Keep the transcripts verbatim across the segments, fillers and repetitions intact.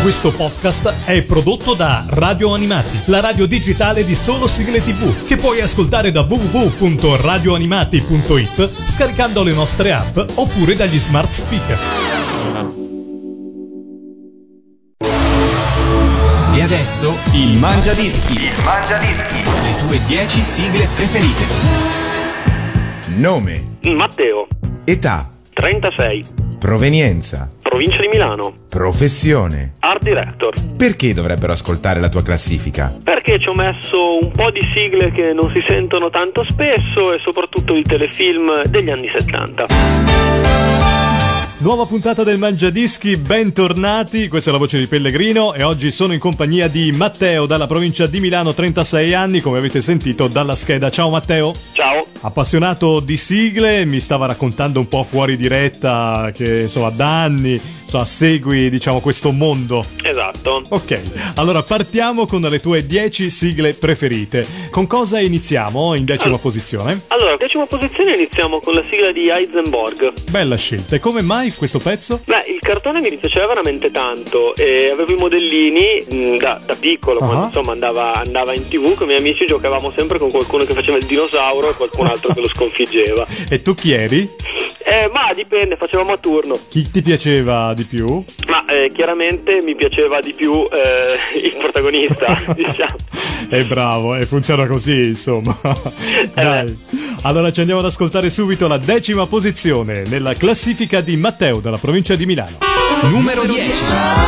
Questo podcast è prodotto da Radio Animati, la radio digitale di solo sigle tivù, che puoi ascoltare da w w w punto radio animati punto i t scaricando le nostre app oppure dagli smart speaker. E adesso il Mangiadischi. Il Mangiadischi. Le tue dieci sigle preferite. Nome. Matteo. Età. trentasei. Provenienza. Provincia di Milano. Professione. Art director. Perché dovrebbero ascoltare la tua classifica? Perché ci ho messo un po' di sigle che non si sentono tanto spesso e soprattutto di telefilm degli anni settanta. Nuova puntata del Mangiadischi, bentornati, questa è la voce di Pellegrino e oggi sono in compagnia di Matteo dalla provincia di Milano, trentasei anni, come avete sentito dalla scheda. Ciao Matteo. Ciao. Appassionato di sigle, mi stava raccontando un po' fuori diretta che insomma da anni insomma, segui diciamo questo mondo. Esatto. Ok, allora partiamo con le tue dieci sigle preferite. Con cosa iniziamo in decima allora, posizione? Allora, decima posizione iniziamo con la sigla di Heisenberg. Bella scelta, e come mai questo pezzo? Beh, il cartone mi piaceva veramente tanto e avevo i modellini mh, da, da piccolo, uh-huh. quando insomma andava, andava in tv con i miei amici, giocavamo sempre con qualcuno che faceva il dinosauro e qualcun altro che lo sconfiggeva. E tu chi eri? Eh, ma dipende, facevamo a turno. Chi ti piaceva di più? Ma eh, chiaramente mi piaceva di più eh, il protagonista, diciamo. È bravo, e funziona così, insomma. Dai. Allora ci andiamo ad ascoltare subito la decima posizione nella classifica di Matteo dalla provincia di Milano. Numero dieci.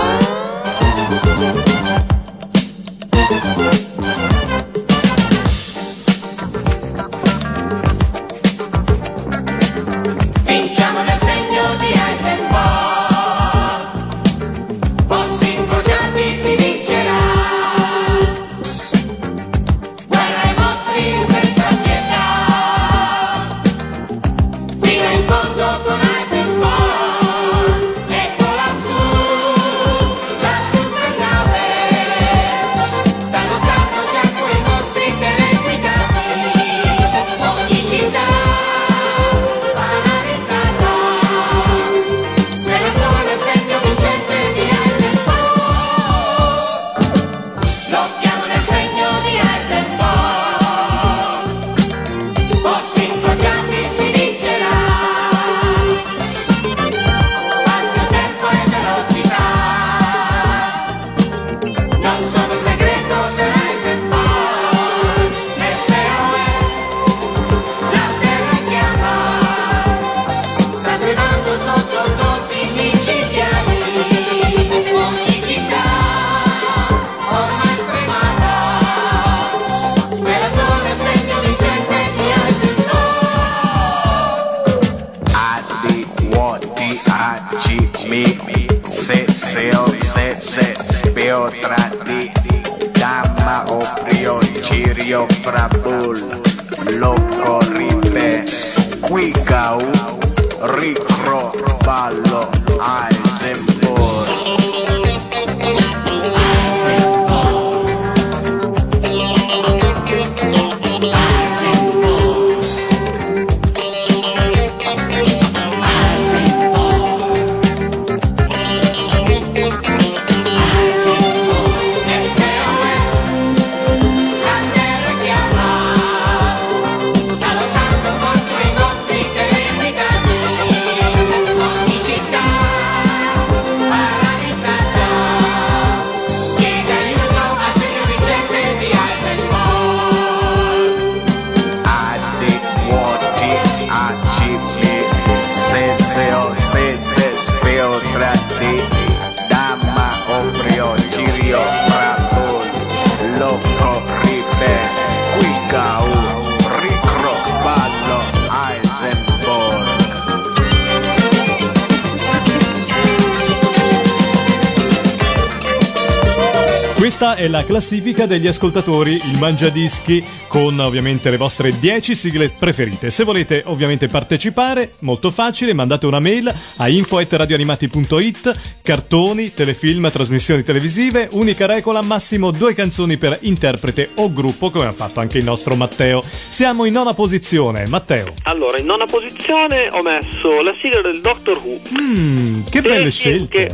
Questa è la classifica degli ascoltatori, il Mangiadischi, con ovviamente le vostre dieci sigle preferite. Se volete ovviamente partecipare, molto facile, mandate una mail a info at radioanimati punto it, cartoni, telefilm, trasmissioni televisive, unica regola, massimo due canzoni per interprete o gruppo, come ha fatto anche il nostro Matteo. Siamo in nona posizione, Matteo. Allora, in nona posizione ho messo la sigla del Doctor Who. Mmm, che belle scelte. Che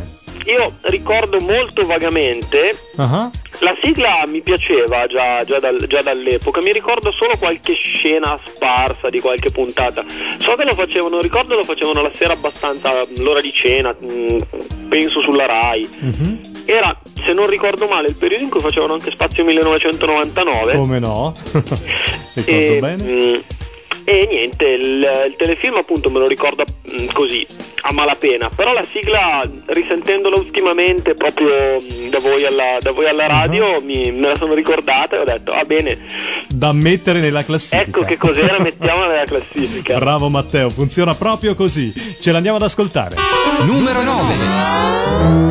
io ricordo molto vagamente. Uh-huh. La sigla mi piaceva già, già, dal, già dall'epoca, mi ricordo solo qualche scena sparsa di qualche puntata. So che lo facevano, ricordo lo facevano la sera abbastanza, l'ora di cena, mh, penso sulla Rai. Uh-huh. Era, se non ricordo male, il periodo in cui facevano anche Spazio millenovecentonovantanove. Come no? Ricordo e, bene. Mh, e niente, il, il telefilm appunto me lo ricordo mh, così, a malapena, però la sigla, risentendola ultimamente proprio mh, da voi alla, da voi alla radio, uh-huh. mi, me la sono ricordata e ho detto, ah bene, da mettere nella classifica. Ecco che cos'era, mettiamola nella classifica. Bravo Matteo, funziona proprio così. Ce l'andiamo ad ascoltare. Numero nove.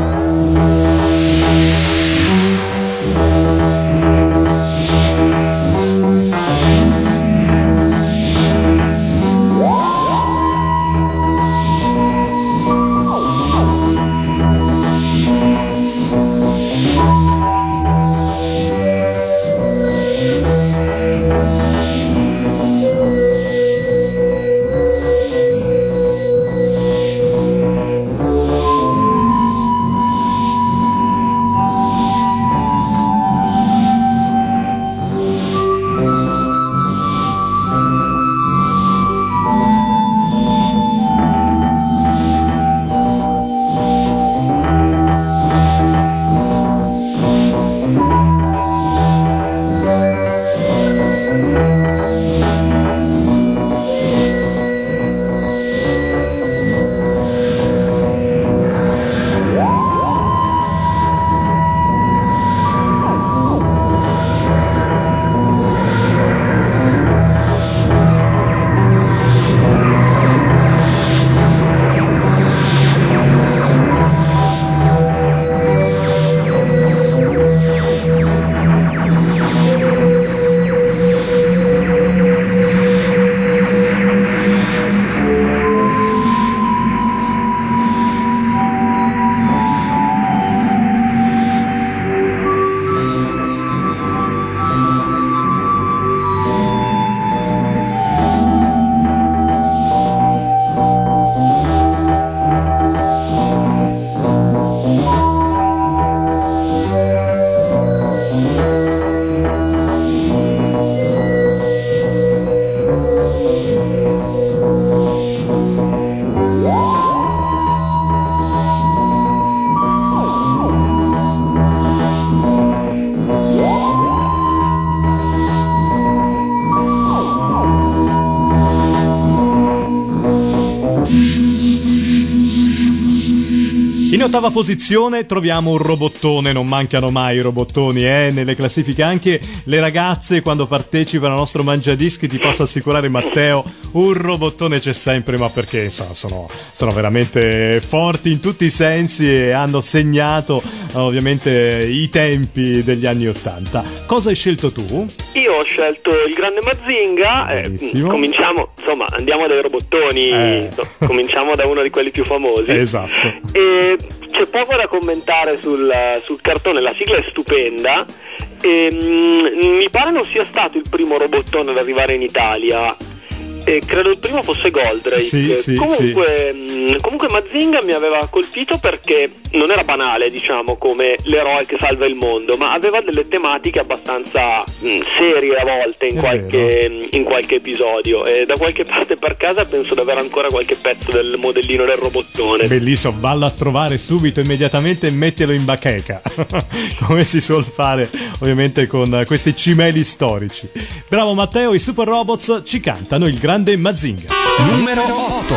In ottava posizione troviamo un robottone, non mancano mai i robottoni, eh? Nelle classifiche anche le ragazze quando partecipano al nostro Mangiadischi, ti posso assicurare Matteo, un robottone c'è sempre, ma perché insomma sono, sono veramente forti in tutti i sensi e hanno segnato ovviamente i tempi degli anni ottanta. Cosa hai scelto tu? Io ho scelto il grande Mazinga, eh, cominciamo, insomma andiamo dai robottoni, eh. no, cominciamo da uno di quelli più famosi. Esatto. E c'è poco da commentare sul, sul cartone, la sigla è stupenda e mh, mi pare non sia stato il primo robottone ad arrivare in Italia. Eh, credo il primo fosse Goldrake. Sì, sì, comunque, sì. Mh, comunque Mazinga mi aveva colpito perché non era banale, diciamo, come l'eroe che salva il mondo, ma aveva delle tematiche abbastanza mh, serie a volte in qualche, in qualche episodio, e da qualche parte per casa penso di avere ancora qualche pezzo del modellino del robottone. Bellissimo, vallo a trovare subito, immediatamente, e mettilo in bacheca come si suol fare ovviamente con questi cimeli storici. Bravo Matteo, i Super Robots ci cantano il grande Mazinga. Numero otto.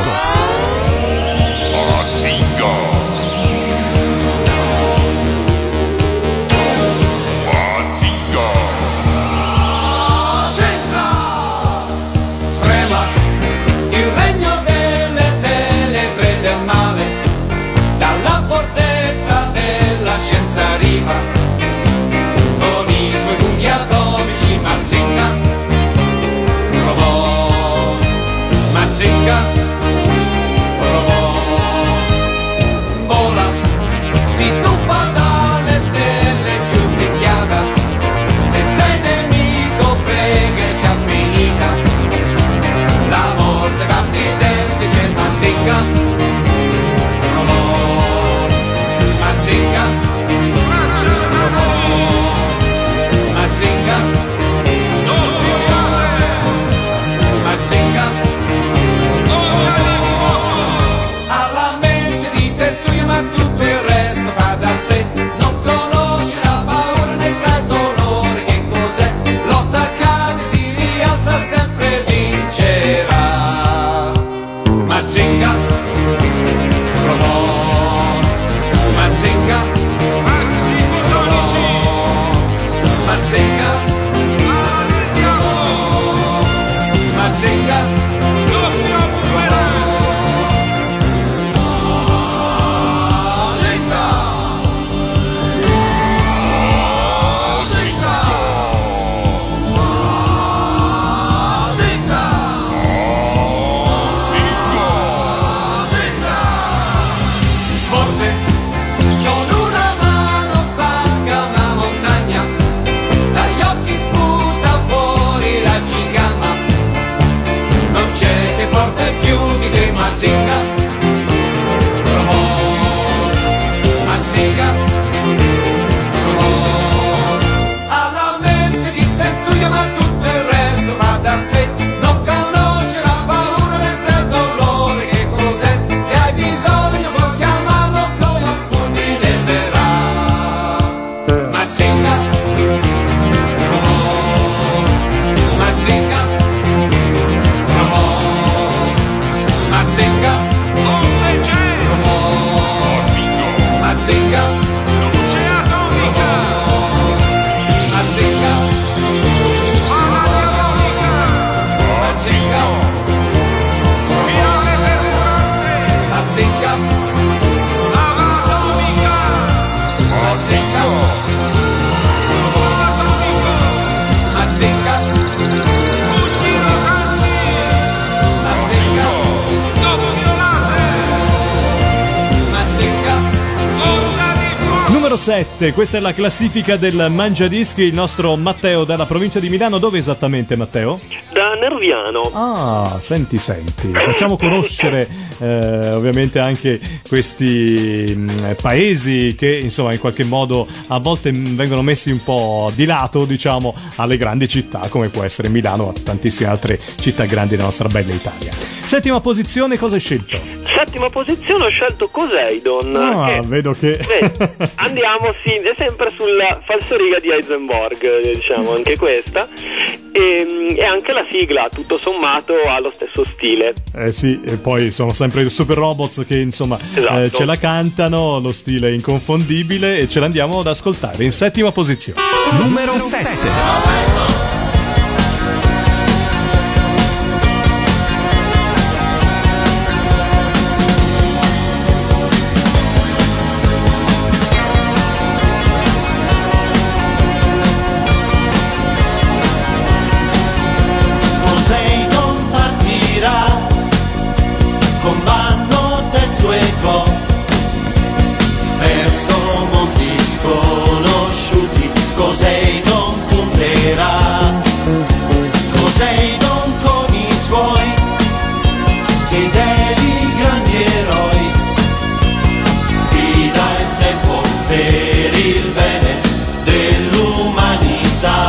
Mazinga. Numero sette, questa è la classifica del Mangiadischi, il nostro Matteo dalla provincia di Milano. Dove esattamente, Matteo? Da Nerviano. Ah, senti, senti. Facciamo conoscere eh, ovviamente anche questi mh, paesi che insomma in qualche modo a volte mh, vengono messi un po' di lato, diciamo, alle grandi città come può essere Milano o tantissime altre città grandi della nostra bella Italia. Settima posizione, cosa hai scelto? Settima posizione ho scelto Poseidon. Ah, che, vedo che... beh, andiamo, sì, è sempre sulla falsariga di Heisenberg, diciamo, anche questa. E, e anche la sigla, tutto sommato, ha lo stesso stile. Eh sì, e poi sono sempre i Super Robots che insomma Esatto. eh, ce la cantano, lo stile è inconfondibile e ce l'andiamo ad ascoltare in settima posizione. Numero sette. Poseidon punterà, Poseidon con i suoi fedeli grandi eroi, sfida il tempo per il bene dell'umanità.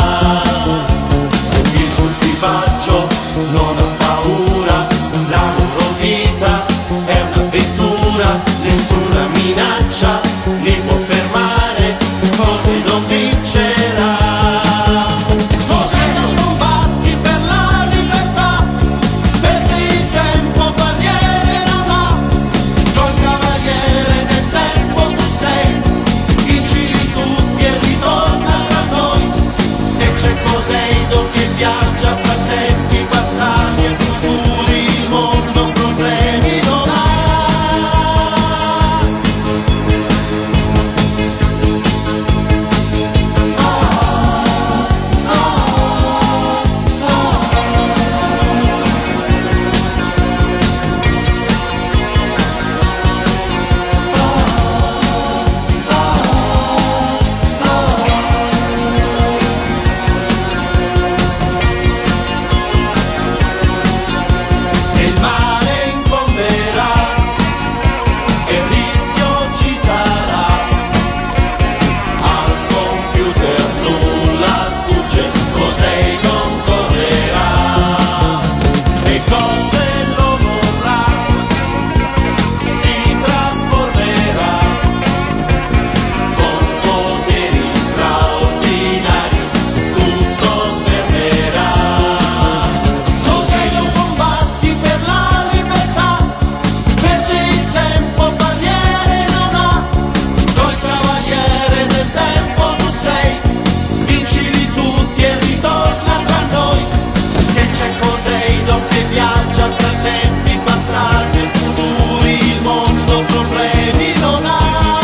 Il sultifaggio non ha paura, la loro vita è un'avventura, nessuna minaccia li può fermare, Poseidon vincerà. Poseidon combatti per la libertà, perdi il tempo, barriere non ha, col cavaliere del tempo tu sei, vincili tutti e ritorna tra noi, se c'è Poseidon che viaggia tra tempi passati e futuri, il mondo problemi non ha. Se il mare incomberà e il rischio ci sarà, al computer nulla sfugge, Poseidon correrà e cose lo vorrà, si trasformerà con poteri straordinari, tutto fermerà. Poseidon combatti per la libertà, perdi il tempo, barriere non ha, col cavaliere del tempo tu sei, vincili tutti e ritorna tra noi, se c'è Poseidon che viaggia tra tempi passati e futuri, il mondo problemi non ha.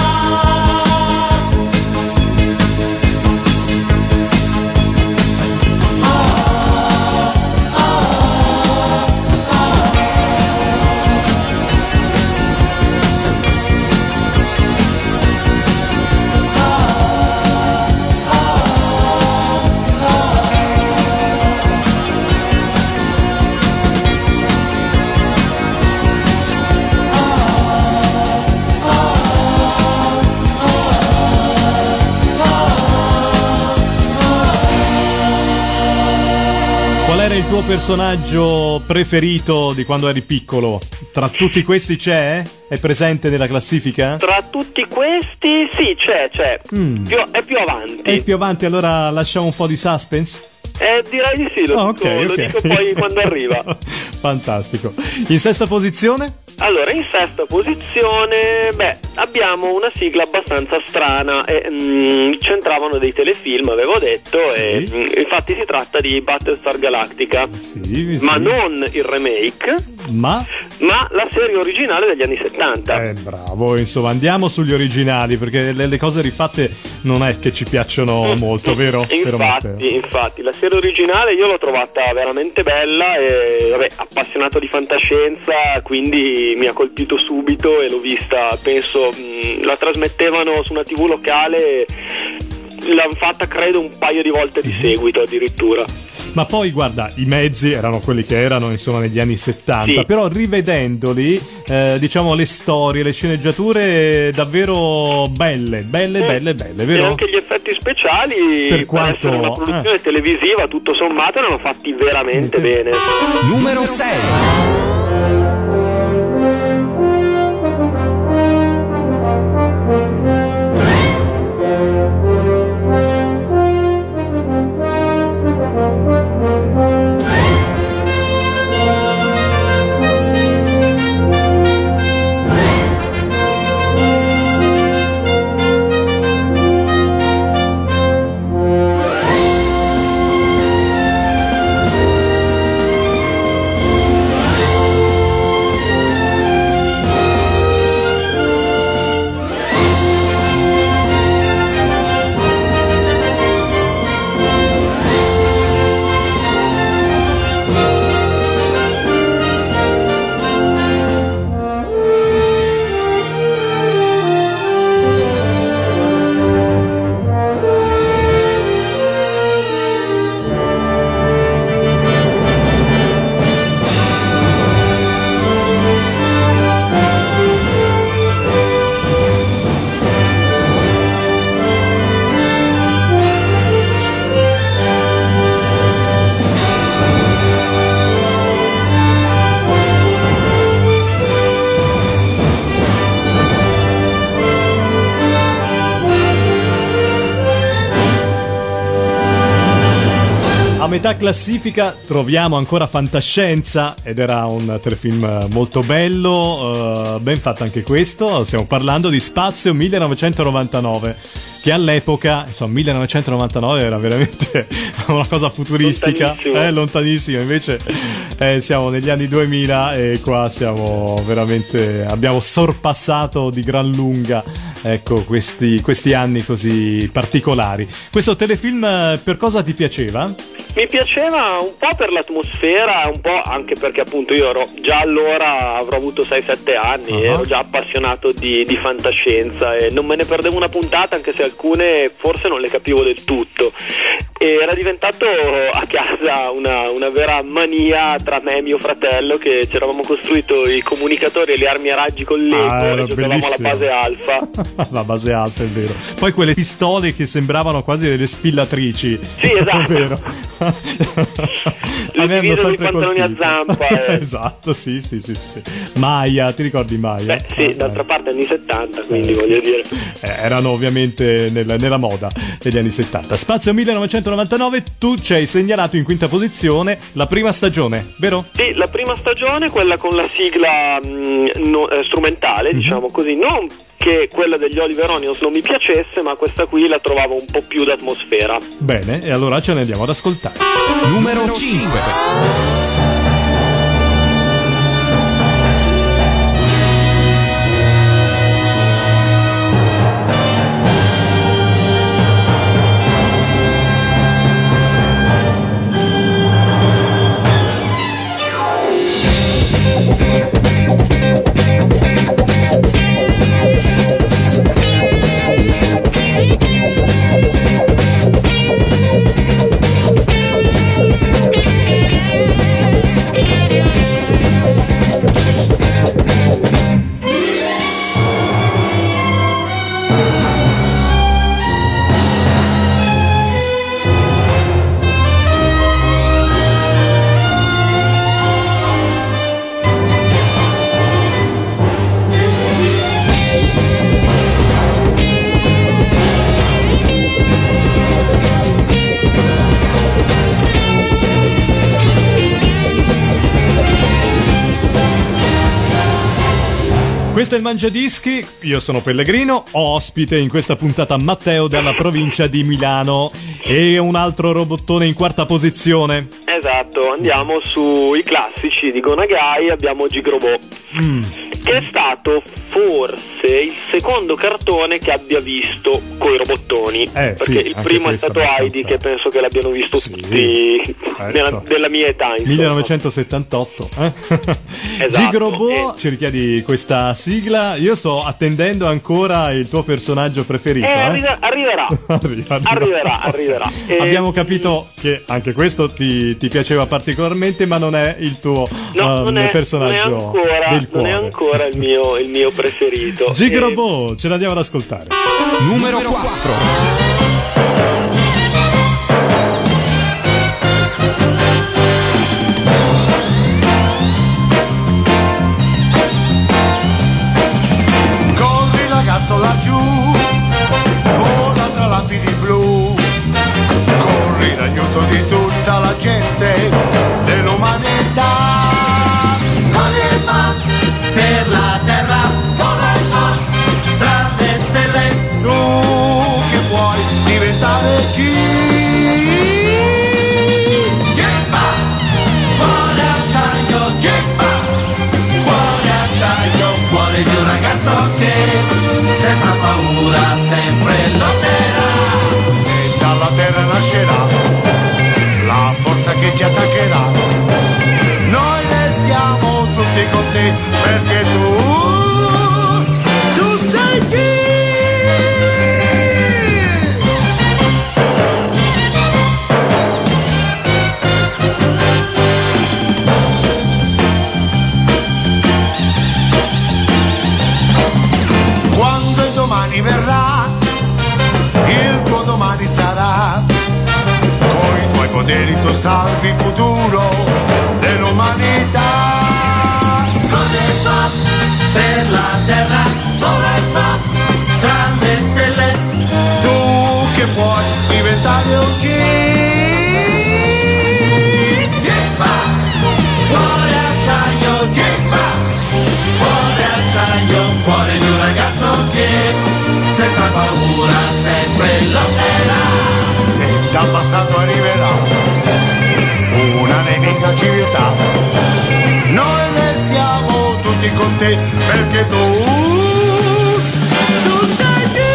Qual era il tuo personaggio preferito di quando eri piccolo? Tra tutti questi c'è? È presente nella classifica? Tra tutti questi, sì, c'è, c'è. Mm. Più- è più avanti. E più avanti allora lasciamo un po' di suspense? Eh, direi di sì, lo, Ah, dico, ok, lo ok. dico poi quando arriva. Fantastico. In sesta posizione? Allora, in sesta posizione, beh, abbiamo una sigla abbastanza strana e mm, c'entravano dei telefilm, avevo detto, Sì. e mm, infatti si tratta di Battlestar Galactica, Sì, ma sì. non il remake, ma? Ma la serie originale degli anni settanta. Eh, bravo, insomma, andiamo sugli originali, perché le, le cose rifatte non è che ci piacciono molto, vero? Infatti, infatti, la serie originale io l'ho trovata veramente bella e vabbè, appassionato di fantascienza, quindi mi ha colpito subito e l'ho vista, penso, mh, la trasmettevano su una tivù locale, l'hanno fatta credo un paio di volte di seguito addirittura. Ma poi guarda, i mezzi erano quelli che erano, insomma, negli anni settanta, sì. Però rivedendoli, eh, diciamo, le storie, le sceneggiature davvero belle, belle, eh, belle, belle, vero? E anche gli effetti speciali, per, per quanto, essere una produzione eh. televisiva, tutto sommato, erano fatti veramente eh. bene. Numero sei. A metà classifica troviamo ancora Fantascienza, ed era un telefilm molto bello, uh, ben fatto anche questo. Stiamo parlando di Spazio millenovecentonovantanove, che all'epoca, insomma, millenovecentonovantanove era veramente una cosa futuristica, lontanissimo, eh, lontanissima. Invece eh, siamo negli anni duemila e qua siamo veramente, abbiamo sorpassato di gran lunga, ecco, questi, questi anni così particolari. Questo telefilm per cosa ti piaceva? Mi piaceva un po' per l'atmosfera, un po' anche perché appunto io ero già allora, avrò avuto sei sette anni, uh-huh. ero già appassionato di, di fantascienza e non me ne perdevo una puntata, anche se alcune forse non le capivo del tutto. E era diventato a casa una, una vera mania tra me e mio fratello, che ci eravamo costruito i comunicatori e le armi a raggi con Lego, ah, e giocavamo bellissimo. alla base alfa. La base alfa, è vero. Poi quelle pistole che sembravano quasi delle spillatrici. Sì, esatto. È vero. Le divise sui pantaloni a zampa. Eh. Esatto, sì, sì, sì, sì. Maya, ti ricordi Maya? Beh, sì, ah, d'altra eh. parte anni settanta, quindi eh, voglio sì. dire. Eh, erano ovviamente nel, nella moda degli anni settanta. Spazio millenovecentonovantanove, tu ci hai segnalato in quinta posizione la prima stagione, vero? Sì, la prima stagione, quella con la sigla mh, no, eh, strumentale, mm-hmm. diciamo così, non che quella degli Oliver Onions non mi piacesse, ma questa qui la trovavo un po' più d'atmosfera. Bene, e allora ce ne andiamo ad ascoltare. Numero cinque. Questo è il Mangiadischi, io sono Pellegrino, ospite in questa puntata Matteo dalla provincia di Milano e un altro robottone in quarta posizione. Eh esatto, andiamo sui classici di Gonagai, abbiamo Gigrobot, mm. che è stato forse il secondo cartone che abbia visto coi robottoni, eh, perché sì, il primo è stato abbastanza. Heidi, che penso che l'abbiano visto sì. tutti eh, nella, so. della mia età, insomma. millenovecentosettantotto eh? Esatto. Gigrobot, e... ci richiedi questa sigla? Io sto attendendo ancora il tuo personaggio preferito. Eh, eh? arriva, arriverà. arriva, arriva. arriverà, arriverà. E... Abbiamo capito che anche questo ti, ti piaceva particolarmente, ma non è il tuo no, um, non è, personaggio non è ancora, del cuore. non è ancora il mio, il mio preferito. Gigrobot, e... ce l'andiamo ad ascoltare. Numero quattro. Laggiù, vola tra lampidi blu, corri l'aiuto di tutta la gente dell'umanità. Corri va per la terra, vola tra le stelle, tu che puoi diventare G. Gemma, cuore acciaio, Gemma, cuore acciaio, cuore di un ragazzo che senza paura sempre lotterà. Se dalla terra nascerà la forza che ci attaccherà, noi restiamo tutti con te, perché tu, tu sei G. Quando il domani verrà, il tuo domani sarà, con i tuoi poteri tu salvi il futuro dell'umanità. Corre va per la terra, vola va tra le stelle, tu che puoi diventare un G. Gemma, cuore acciaio, Gemma, cuore acciaio, cuore di un ragazzo che senza paura sempre lotterà. Se dal passato arriverà una nemica civiltà, noi restiamo tutti con te, perché tu, tu sei G.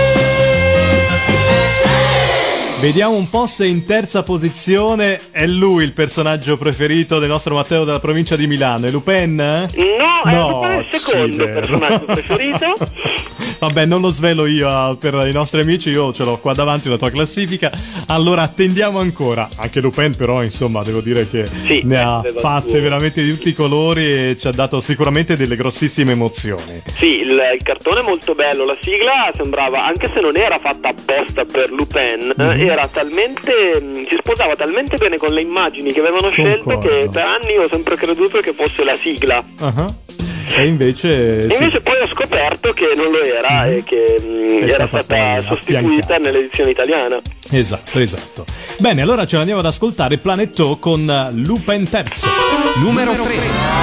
Vediamo un po' se in terza posizione è lui il personaggio preferito del nostro Matteo della provincia di Milano. È Lupin? No, è No, il secondo accidere. personaggio preferito. Vabbè, non lo svelo io ah, per i nostri amici, io ce l'ho qua davanti la tua classifica. Allora attendiamo ancora. Anche Lupin però, insomma, devo dire che Sì, ne ha aveva fatte suo. veramente di tutti i colori e ci ha dato sicuramente delle grossissime emozioni. Sì, il, il cartone è molto bello, la sigla sembrava, anche se non era fatta apposta per Lupin, mm-hmm. era talmente, mh, si sposava talmente bene con le immagini che avevano scelto Concordo. che per anni ho sempre creduto che fosse la sigla. Uh-huh. E invece, E sì. invece poi ho scoperto che non lo era Mm-hmm. e che mh, È era stata stata poi sostituita affiancata. nell'edizione italiana. Esatto, esatto. Bene, allora ce l'andiamo ad ascoltare Planetto con Lupin terzo. Numero tre.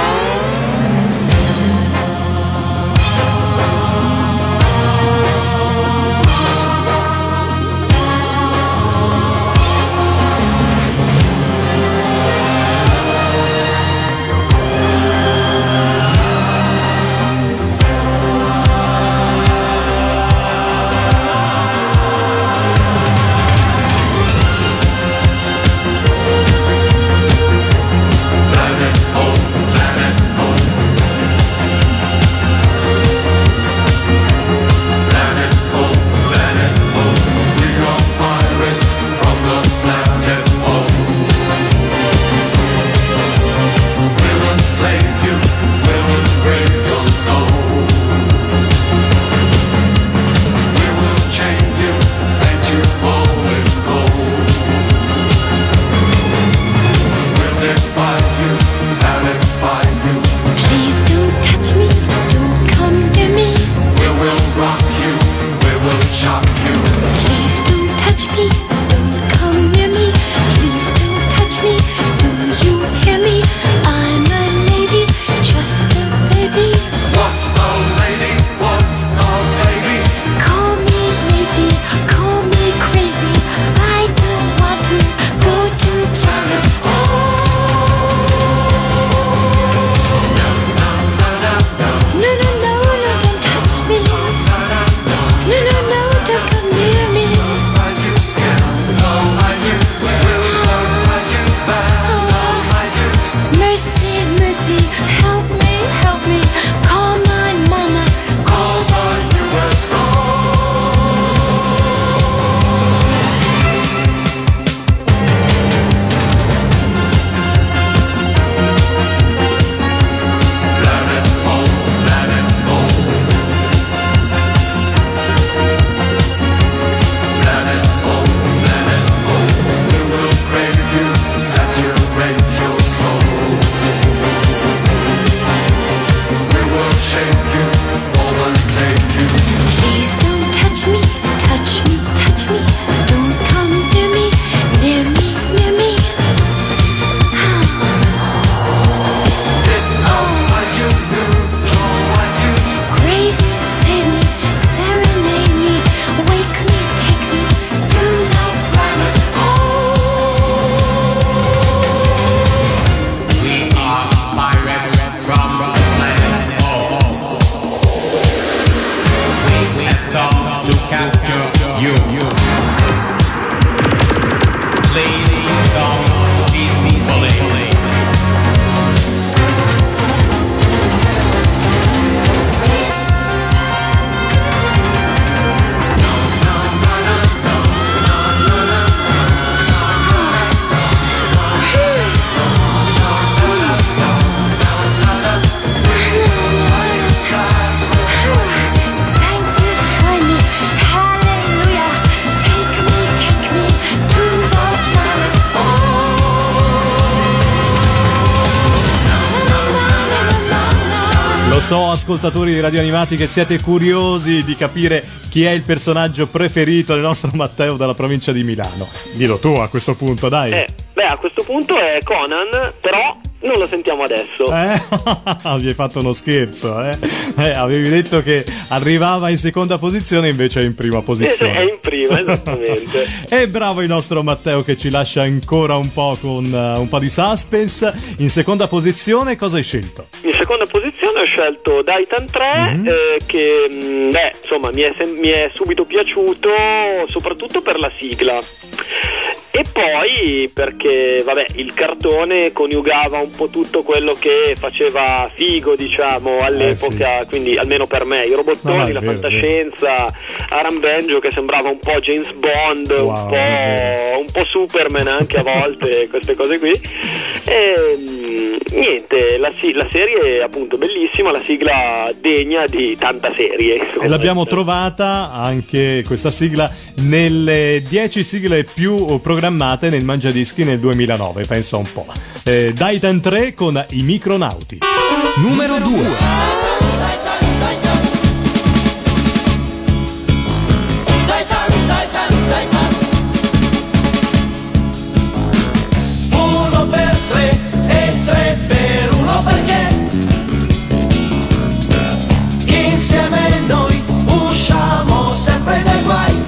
Planet, oh planet, Please stop this bullying. Sanctify me, hallelujah. Take me, take me to the planet. Lo so, ascoltatori di Radio Animati, che siete curiosi di capire chi è il personaggio preferito del nostro Matteo dalla provincia di Milano. Dillo tu a questo punto, dai. Eh, beh, a questo punto è Conan, però non lo sentiamo adesso. Eh? Mi hai fatto uno scherzo, eh? eh? Avevi detto che arrivava in seconda posizione, invece è in prima posizione. È in prima, esattamente. E bravo il nostro Matteo, che ci lascia ancora un po' con uh, un po' di suspense. In seconda posizione cosa hai scelto? In seconda posizione ho scelto Daitan tre, Mm-hmm. eh, che mh, beh, insomma mi è, sem- mi è subito piaciuto, soprattutto per la sigla. E poi perché, vabbè, il cartone coniugava un po' tutto quello che faceva figo, diciamo, all'epoca, Eh, sì. quindi almeno per me, i robottoni, No, no, è la vero, fantascienza, Aram Benjo che sembrava un po' James Bond, Wow, un, è po', un po' Superman anche a volte, queste cose qui. E mh, niente, la, si- la serie è appunto bellissima, la sigla degna di tanta serie. insomma. E l'abbiamo trovata anche questa sigla nelle dieci sigle più programmate nel Mangiadischi nel duemilanove, penso un po'. Eh, Daitan tre con i Micronauti. Numero due. Uno per tre e tre per uno perché insieme noi usciamo sempre dai guai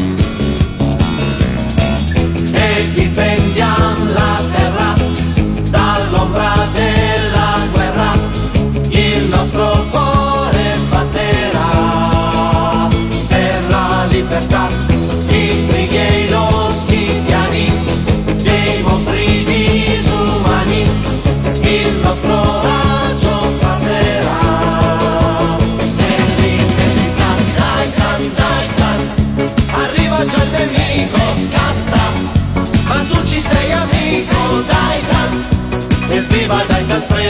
e difendiamo la terra dall'ombra della guerra. Il nostro cuore batterà per la libertà. I brighi e lo schifiani dei mostri disumani, il nostro raggio spazzerà nell'intensità. Daitan, Daitan, arriva già il nemico, scatta, ma tu ci sei amico, Daitan, evviva Daitan tre.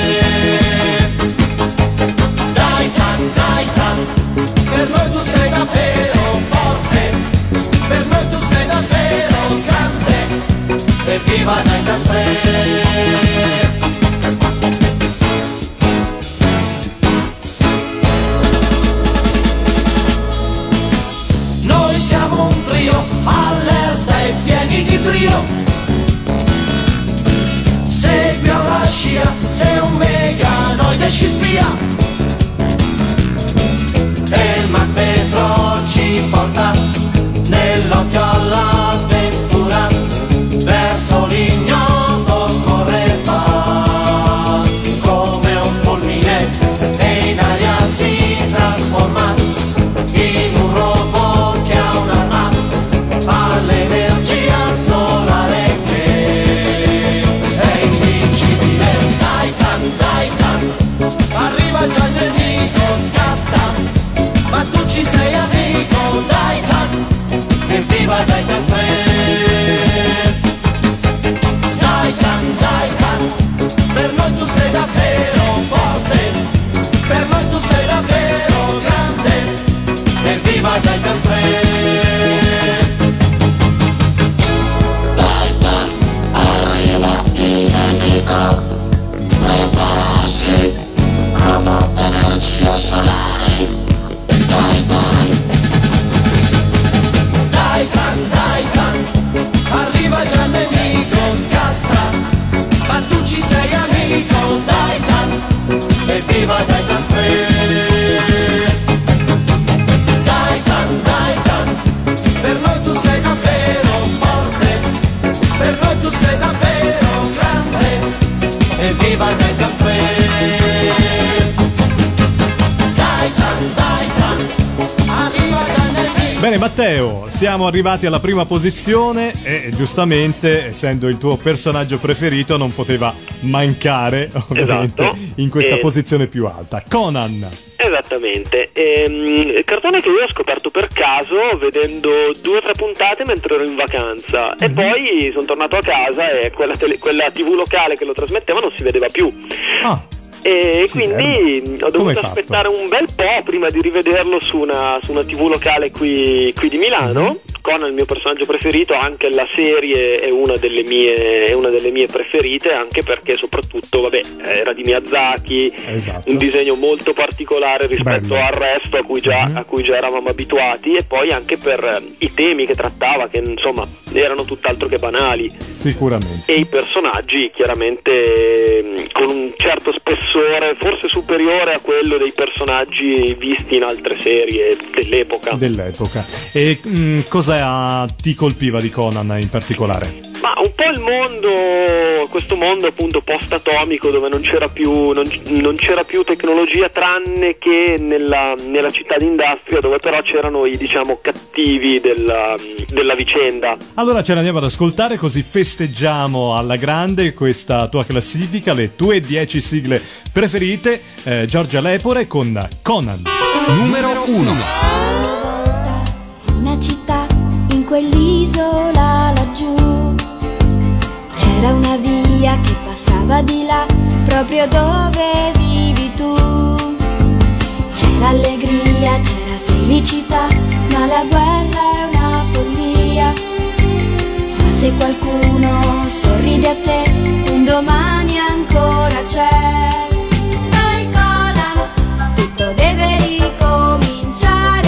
Daitan, Daitan, per noi tu sei davvero forte, per noi tu sei davvero grande, evviva Daitan tre. Noi siamo un trio, allerta e pieni di brio. Segui alla scia, sei un meganoide ci spia. E il magneto ci porta nell'occhio all'avventura, verso l'ignoto correva come un fulmine e in aria si trasforma in un robot che ha un'arma all'energia solare che è invincibile. Daitan, Daitan, arriva già Matteo, siamo arrivati alla prima posizione e giustamente, essendo il tuo personaggio preferito, non poteva mancare ovviamente Esatto. in questa E- posizione più alta. Conan. Esattamente, ehm, cartone che io ho scoperto per caso vedendo due o tre puntate mentre ero in vacanza e poi sono tornato a casa e quella, tele- quella tivù locale che lo trasmetteva non si vedeva più. Ah, E Sì, quindi bello. ho Come dovuto hai fatto? aspettare un bel po' prima di rivederlo su una, su una tivù locale qui, qui di Milano. Conan, il mio personaggio preferito, anche la serie è una delle mie, è una delle mie preferite, anche perché soprattutto, vabbè, era di Miyazaki, Esatto. un disegno molto particolare rispetto Bello. al resto a cui, già, Mhm. a cui già eravamo abituati, e poi anche per eh, i temi che trattava, che insomma erano tutt'altro che banali, sicuramente. e i personaggi chiaramente eh, con un certo spessore, forse superiore a quello dei personaggi visti in altre serie dell'epoca. Dell'epoca. E mh, cosa ti colpiva di Conan in particolare? Ma un po' il mondo, questo mondo appunto post-atomico dove non c'era più, non, non c'era più tecnologia, tranne che nella, nella città d'Industria, dove però c'erano i, diciamo, cattivi della, della vicenda. Allora ce ne andiamo ad ascoltare, così festeggiamo alla grande questa tua classifica, le tue dieci sigle preferite. eh, Giorgia Lepore con Conan. Numero uno. Una volta una città in quell'isola laggiù, c'era una via che passava di là, proprio dove vivi tu. C'era allegria, c'era felicità, ma la guerra è una follia. Ma se qualcuno sorride a te, un domani ancora c'è. Dai Conan, tutto deve ricominciare.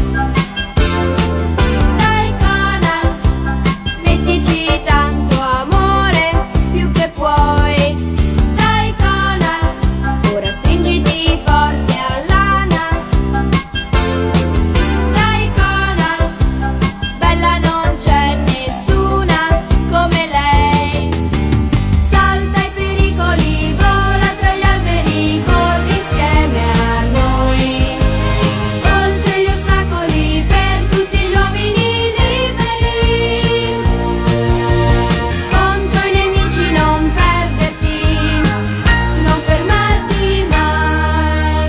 Dai Conan, mettici tanto amore, più che puoi. Dai Conan, ora stringiti forte all'ana. Dai Conan, bella non c'è nessuna come lei. Salta i pericoli, vola tra gli alberi, corri insieme a noi. Oltre gli ostacoli, per tutti gli uomini liberi. Contro i nemici non perderti, non fermarti mai.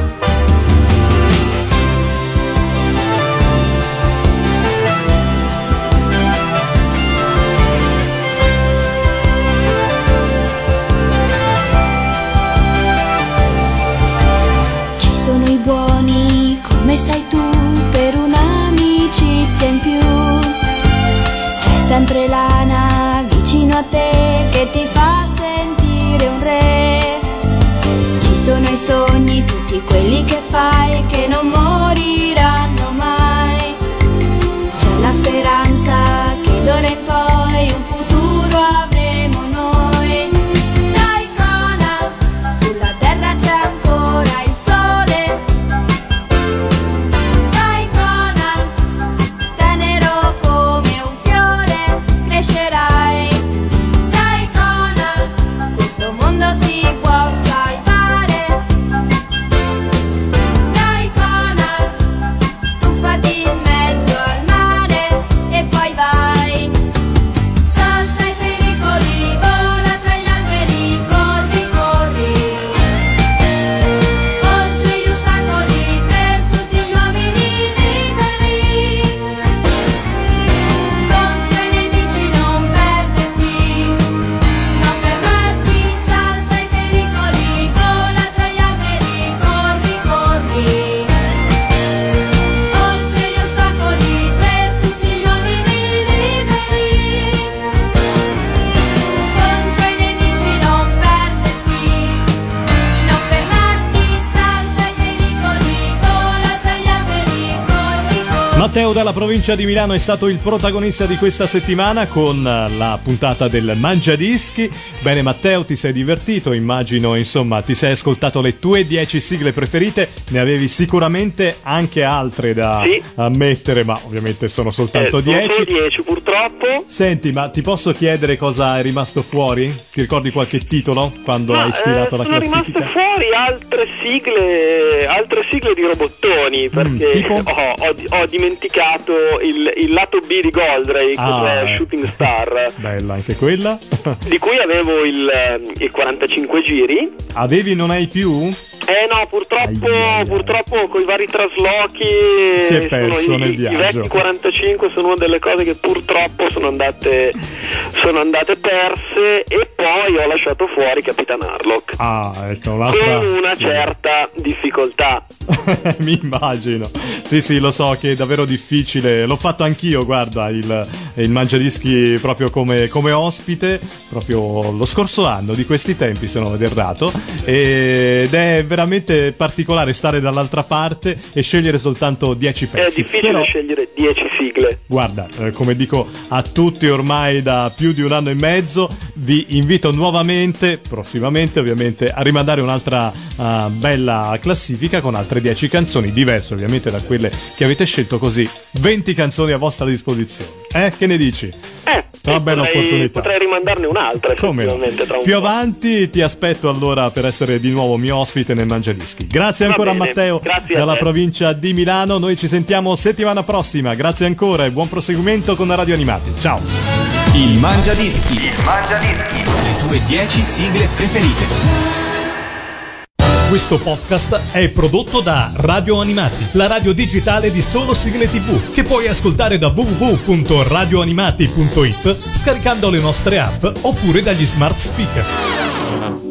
Ci sono i buoni, come sai tu, per un'amicizia in più. C'è sempre l'ana vicino a te che ti fa sentire un re. Ci sono i sogni, tutti quelli che fai, che non moriranno mai. C'è la speranza che d'ora in poi un futuro avremo noi. Dai Conan, sulla terra c'è ancora il sole. Dai Conan, tenero come un fiore, crescerai. Dai Conan, questo mondo si può salvare. Dai Conan, tuffati in mezzo al mare e poi vai. Salta i pericoli, vola tra gli alberi, corri, corri. Oltre gli ostacoli, per tutti gli uomini liberi. Contro i nemici non perderti, non fermarti. Salta i pericoli, vola tra gli alberi, corri, corri. Oltre gli ostacoli, per tutti gli uomini liberi. Contro i nemici non perderti, non fermarti. Salta i pericoli, vola tra gli alberi, corri, corri. Matteo dalla provincia di Milano è stato il protagonista di questa settimana con la puntata del Mangiadischi. Bene Matteo, ti sei divertito, immagino, insomma, ti sei ascoltato le tue dieci sigle preferite, ne avevi sicuramente anche altre da Sì. ammettere, ma ovviamente sono soltanto Eh, sono dieci. solo dieci purtroppo. Senti, ma ti posso chiedere cosa è rimasto fuori? Ti ricordi qualche titolo quando Ma, hai stilato eh, la sono classifica? rimaste fuori altre sigle, altre sigle di robottoni, perché tipo? ho, ho, ho dimenticato dimenticato il, il lato B di Goldrake, Ah, cioè eh. Shooting Star, Bella anche quella. di cui avevo il, il quarantacinque giri. Avevi, non hai più? Eh no, purtroppo, Ai, ai, ai. purtroppo con i vari traslochi Si è perso sono, nel i, viaggio. i vecchi quarantacinque sono una delle cose che purtroppo sono andate, sono andate perse, e poi ho lasciato fuori Capitan Harlock Ah, ecco, l'altra. con una sì. certa difficoltà. Mi immagino. Sì, sì, lo so che è davvero difficile. L'ho fatto anch'io, guarda, il, il Mangiadischi proprio come, come ospite, proprio lo scorso anno, di questi tempi, se non vado errato. Ed è veramente particolare stare dall'altra parte e scegliere soltanto dieci È pezzi. difficile Però, scegliere dieci sigle. guarda, eh, come dico a tutti ormai da più di un anno e mezzo, vi invito nuovamente, prossimamente ovviamente, a rimandare un'altra uh, bella classifica con altre dieci canzoni, diverse ovviamente da quelle che avete scelto, così venti canzoni a vostra disposizione. Eh, che ne dici? Eh, Una bella potrei, opportunità. potrei rimandarne un'altra Come no? effettivamente tra un Più po'. avanti ti aspetto allora per essere di nuovo mio ospite nel Mangiadischi. Grazie Va ancora bene, a Matteo grazie a dalla te. provincia di Milano. Noi ci sentiamo settimana prossima. Grazie ancora e buon proseguimento con la Radio Animati. Ciao. Il Mangiadischi. Il Mangiadischi. Le tue dieci sigle preferite. Questo podcast è prodotto da Radio Animati, la radio digitale di solo sigle tivù, che puoi ascoltare da w w w punto radio animati punto it, scaricando le nostre app oppure dagli smart speaker.